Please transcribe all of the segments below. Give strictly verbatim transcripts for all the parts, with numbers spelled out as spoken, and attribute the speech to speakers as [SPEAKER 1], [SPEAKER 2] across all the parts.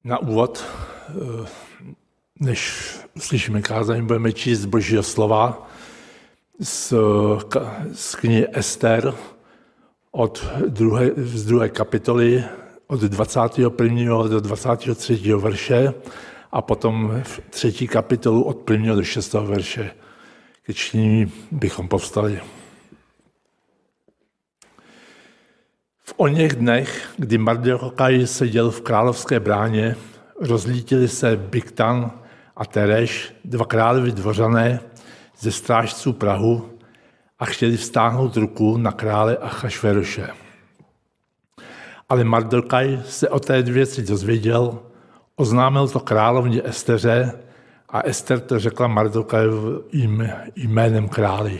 [SPEAKER 1] Na úvod, než uslyšíme kázání, budeme číst z Božího slova z, z knihy Ester od druhé, z druhé kapitoly od dvacátého prvního do dvacátého třetího verše a potom v třetí kapitolu od prvního do šestého verše. Ke čtení bychom povstali. V oněch dnech, kdy Mardokaj seděl v královské bráně, rozlítili se Bigtan a Tereš, dva královi dvořané ze strážců prahu a chtěli vztáhnout ruku na krále Achašveroše. Ale Mardokaj se o té věci dozvěděl, oznámil to královně Esteře a Ester to řekla Mardokajovým jménem králi.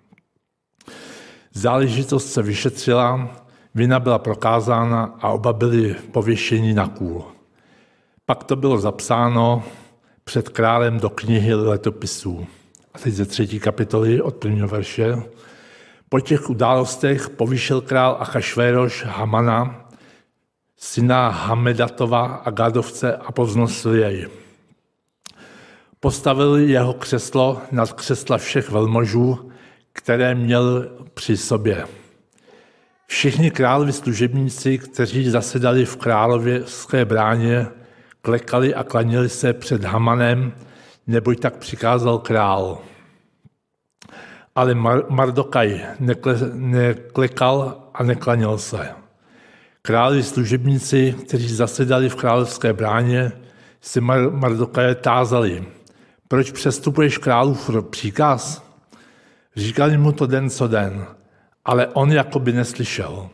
[SPEAKER 1] Záležitost se vyšetřila, vina byla prokázána a oba byli pověšeni na kůl. Pak to bylo zapsáno před králem do knihy letopisů. A teď ze třetí kapitoly od prvního verše. Po těch událostech povýšil král Achašvéroš Hamana, syna Hamedatova a Gádovce a povznosil jej. Postavil jeho křeslo nad křesla všech velmožů, které měl při sobě. Všichni královi služebníci, kteří zasedali v královské bráně, klekali a klanili se před Hamanem, neboť tak přikázal král. Ale Mardokaj nekle, neklekal a neklanil se. Královi služebníci, kteří zasedali v královské bráně, si Mardokaje tázali, proč přestupuješ králův příkaz? Říkali mu to den co den, ale on jako by neslyšel.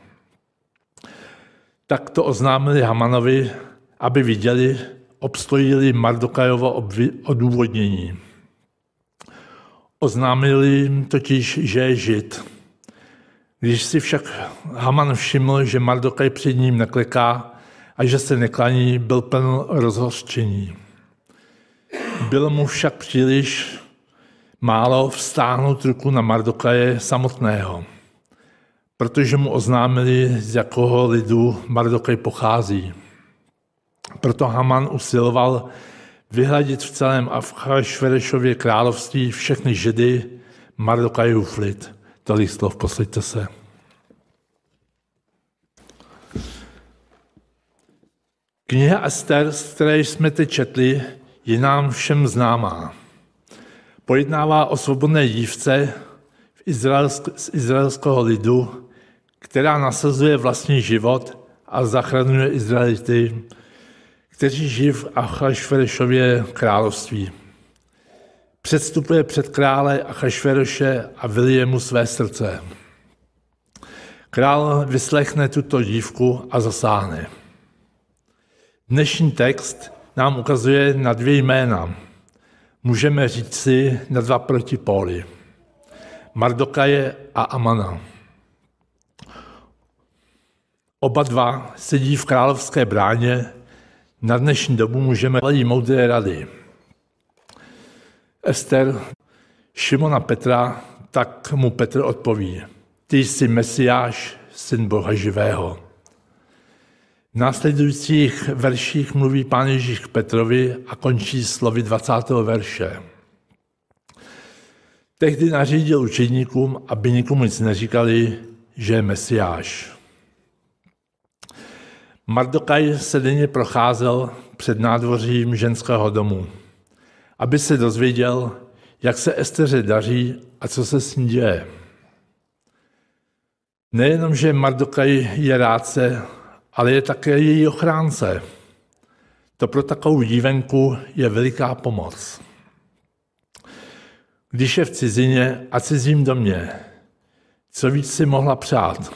[SPEAKER 1] Tak to oznámili Hamanovi, aby viděli, obstojili Mardokajovo odůvodnění. Oznámili jim totiž, že je Žid. Když si však Haman všiml, že Mardokaj před ním nekleká a že se neklaní, byl pln rozhořčení. Bylo mu však příliš málo vztáhnout ruku na Mardokaje samotného, protože mu oznámili, z jakého lidu Mardokaj pochází. Proto Haman usiloval vyhladit v celém Achašverešově království všechny Židy, Mardokajův lid. Tolik slov, posaďte se. Kniha Ester, z které jsme teď četli, je nám všem známá. Pojednává o svobodné dívce z izraelského lidu, která nasazuje vlastní život a zachraňuje Izraelity, kteří žijí v Achašverešově království. Předstupuje před krále Achašveroše a vylije mu své srdce. Král vyslechne tuto dívku a zasáhne. Dnešní text nám ukazuje na dvě jména. Můžeme říct si na dva protipóly. Mardokaje a Amana. Oba dva sedí v královské bráně. Na dnešní dobu můžeme jí moudré rady. Ester Šimona Petra, tak mu Petr odpoví. Ty jsi Mesiáš, syn Boha živého. V následujících verších mluví Pán Ježíš k Petrovi a končí slovy dvacátého verše. Tehdy nařídil učedníkům, aby nikomu nic neříkali, že je Mesiáš. Mardokaj se denně procházel před nádvořím ženského domu, aby se dozvěděl, jak se Esteře daří a co se s ní děje. Nejenom, že Mardokaj je rádce, ale je také její ochránce. To pro takovou dívenku je veliká pomoc. Když je v cizině a cizím domě, co víc si mohla přát?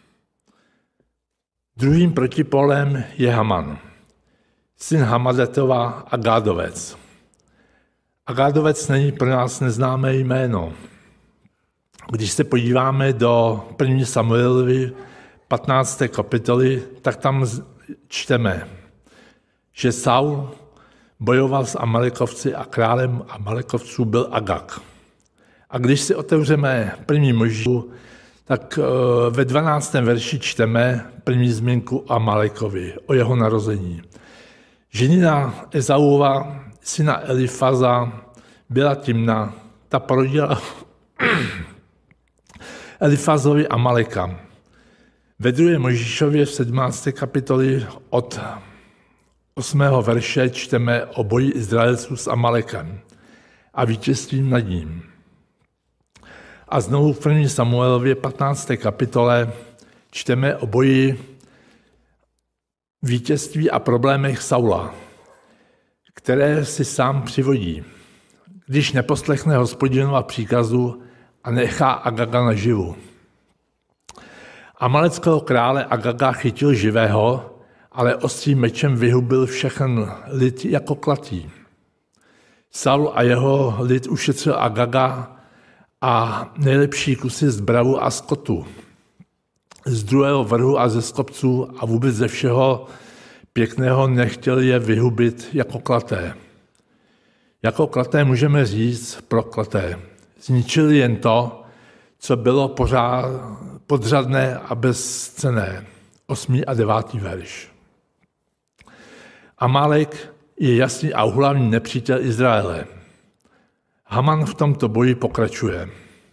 [SPEAKER 1] Druhým protipolem je Haman, syn Hamadetova a Gádovec. A Gádovec není pro nás neznámé jméno. Když se podíváme do první Samuelovy patnácté kapitoly, tak tam čteme, že Saul bojoval s Amalekovci a králem Amalekovců byl Agag. A když si otevřeme první Mojžíšu, tak ve dvanáctém verši čteme první zmínku o Amalekovi, o jeho narození. Ženina Ezaúva, syna Elifaza, byla Timna, ta porodila Elifazovi Amaleka. Ve druhé Mojžíšově v sedmnácté kapitoli od osmého verše čteme o boji Izraelců s Amalekem a vítězstvím nad ním. A znovu v první Samuelově patnácté kapitole čteme o boji, vítězství a problémech Saula, které si sám přivodí, když neposlechne Hospodinova příkazu a nechá Agaga naživu. Amaleckého krále Agaga chytil živého, ale ostrým mečem vyhubil všechen lid jako klatý. Saul a jeho lid ušetřil Agaga a nejlepší kusy z bravu a skotu, z druhého vrhu a ze skopců a vůbec ze všeho pěkného nechtěl je vyhubit jako klaté. Jako klaté můžeme říct proklaté. Zničili jen to, co bylo pořád, podřadné a bezcenné. Osmý a devátý verš. Amalek je jasný a hlavní nepřítel Izraele. Haman v tomto boji pokračuje.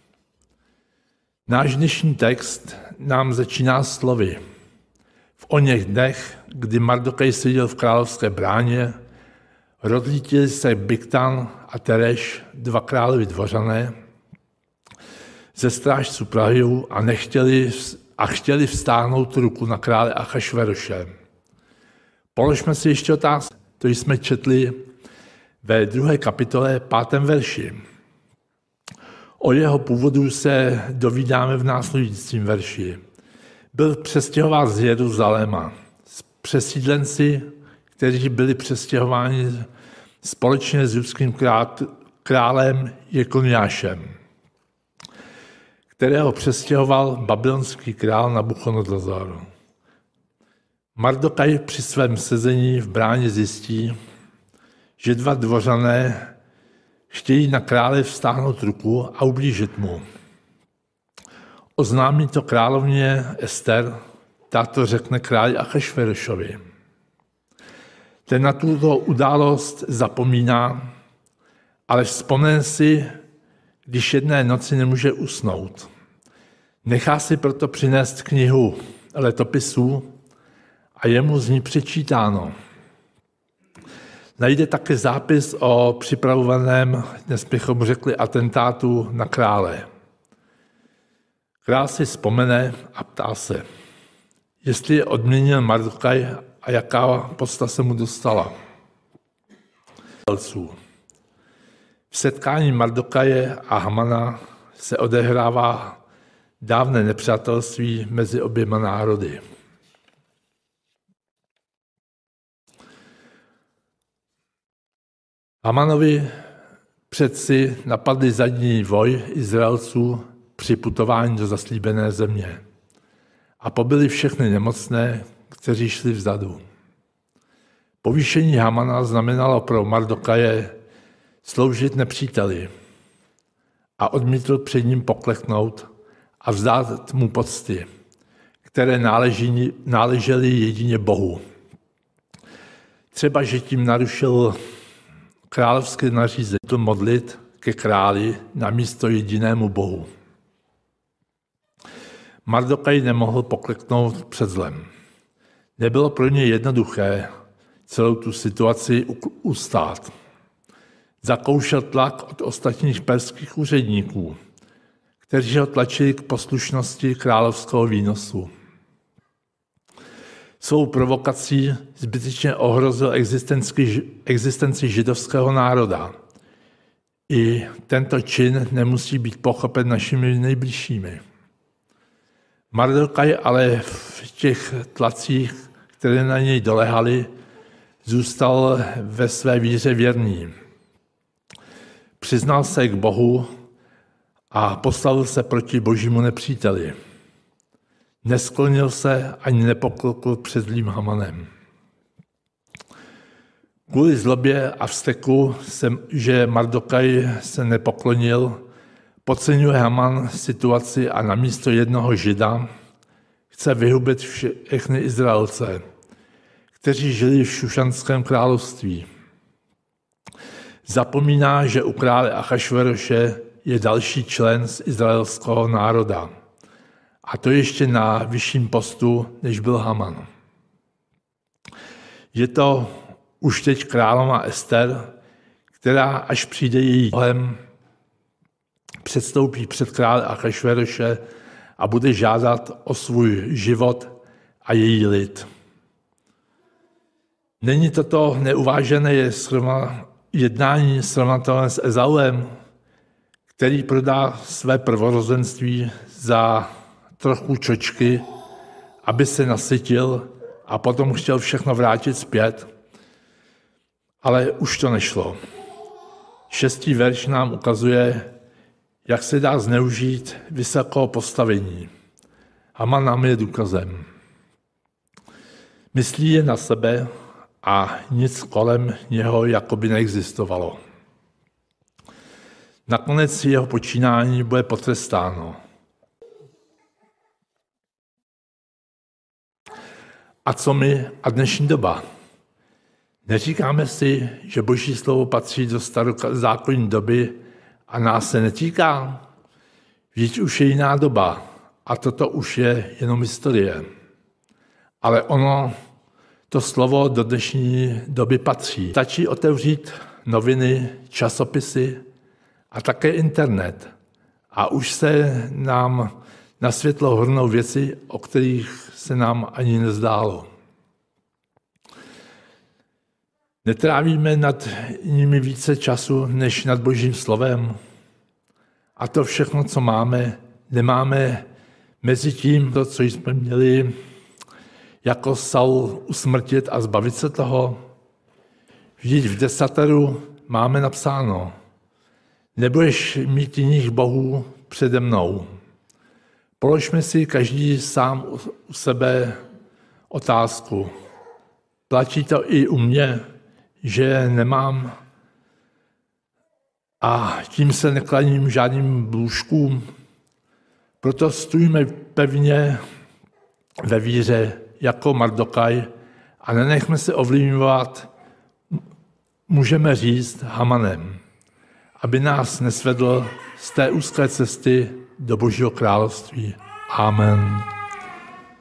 [SPEAKER 1] Náš dnešní text nám začíná slovy. V oněch dnech, kdy Mardokej seděl v královské bráně, rozlítili se Bigtan a Tereš, dva královi dvořané, ze strážců Prahu a nechtěli a chtěli vztáhnout ruku na krále Achašveroše. Položme si ještě otázku, to jsme četli ve druhé kapitole pátém verši. O jeho původu se dovídáme v následujícím verši. Byl přestěhován z Jeruzaléma. Přesídlenci, kteří byli přestěhováni společně s judským králem Jekoniášem, kterého přestěhoval babylonský král Nabuchodonozor. Mardokaj při svém sezení v bráně zjistí, že dva dvořané chtějí na krále vztáhnout ruku a ublížit mu. Oznámí to královně Ester, ta to řekne králi Achašverošovi. Ten na tuto událost zapomíná, ale vzpomene si, když jedné noci nemůže usnout. Nechá si proto přinést knihu letopisů a je mu z ní přečítáno. Najde také zápis o připravovaném, dnes bychom řekli, atentátu na krále. Král si vzpomene a ptá se, jestli je odměnil Mardokaj a jaká posta se mu dostala. V setkání Mardokaje a Hamana se odehrává dávné nepřátelství mezi oběma národy. Hamanovi předci napadli zadní voj Izraelců při putování do zaslíbené země a pobili všechny nemocné, kteří šli vzadu. Povýšení Hamana znamenalo pro Mardokaje sloužit nepříteli a odmítl před ním pokleknout a vzdát mu pocty, které náleží, náležely jedině Bohu. Třeba, že tím narušil královské nařízení modlit ke králi na místo jedinému Bohu. Mardokaj nemohl pokleknout před zlem. Nebylo pro ně jednoduché celou tu situaci ustát. Zakoušel tlak od ostatních perských úředníků, kteří ho tlačili k poslušnosti královského výnosu. Svou provokací zbytečně ohrozil existenci židovského národa. I tento čin nemusí být pochopen našimi nejbližšími. Mardokaj ale v těch tlacích, které na něj dolehaly, zůstal ve své víře věrný. Přiznal se k Bohu a postavil se proti božímu nepříteli. Nesklonil se ani nepoklekl před zlým Hamanem. Kvůli zlobě a vzteku, že Mardokaj se nepoklonil, podceňuje Haman situaci a namísto jednoho Žida chce vyhubit všechny Izraelce, kteří žili v Šušanském království. Zapomíná, že u krále Achašveroše je další člen z izraelského národa. A to ještě na vyšším postu, než byl Haman. Je to už teď královna Ester, která, až přijde její bohem, předstoupí před krále Achašveroše a bude žádat o svůj život a její lid. Není toto neuvážené jednání srovnatelné s Ezaulem, který prodá své prvorozenství za trochu čočky, aby se nasytil a potom chtěl všechno vrátit zpět, ale už to nešlo. Šestý verš nám ukazuje, jak se dá zneužít vysokého postavení. Haman nám je důkazem. Myslí je na sebe a nic kolem něho jakoby neexistovalo. Nakonec jeho počínání bude potrestáno. A co my a dnešní doba? Neříkáme si, že Boží slovo patří do starozákonní doby a nás se netýká? Vždyť už je jiná doba a toto už je jenom historie. Ale ono, to slovo do dnešní doby patří. Stačí otevřít noviny, časopisy a také internet. A už se nám na světlo hrnou věci, o kterých se nám ani nezdálo. Netrávíme nad nimi více času, než nad Božím slovem. A to všechno, co máme, nemáme mezi tím, to, co jsme měli, jako Saul usmrtit a zbavit se toho. Vždyť v desateru máme napsáno, nebudeš mít jiných bohů přede mnou. Položme si každý sám u sebe otázku. Platí to i u mě, že nemám a tím se neklaním žádným blůžkům. Proto stůjme pevně ve víře jako Mardokaj a nenechme se ovlivňovat, můžeme říct, Hamanem, aby nás nesvedl z té úzké cesty do Božího království. Amen.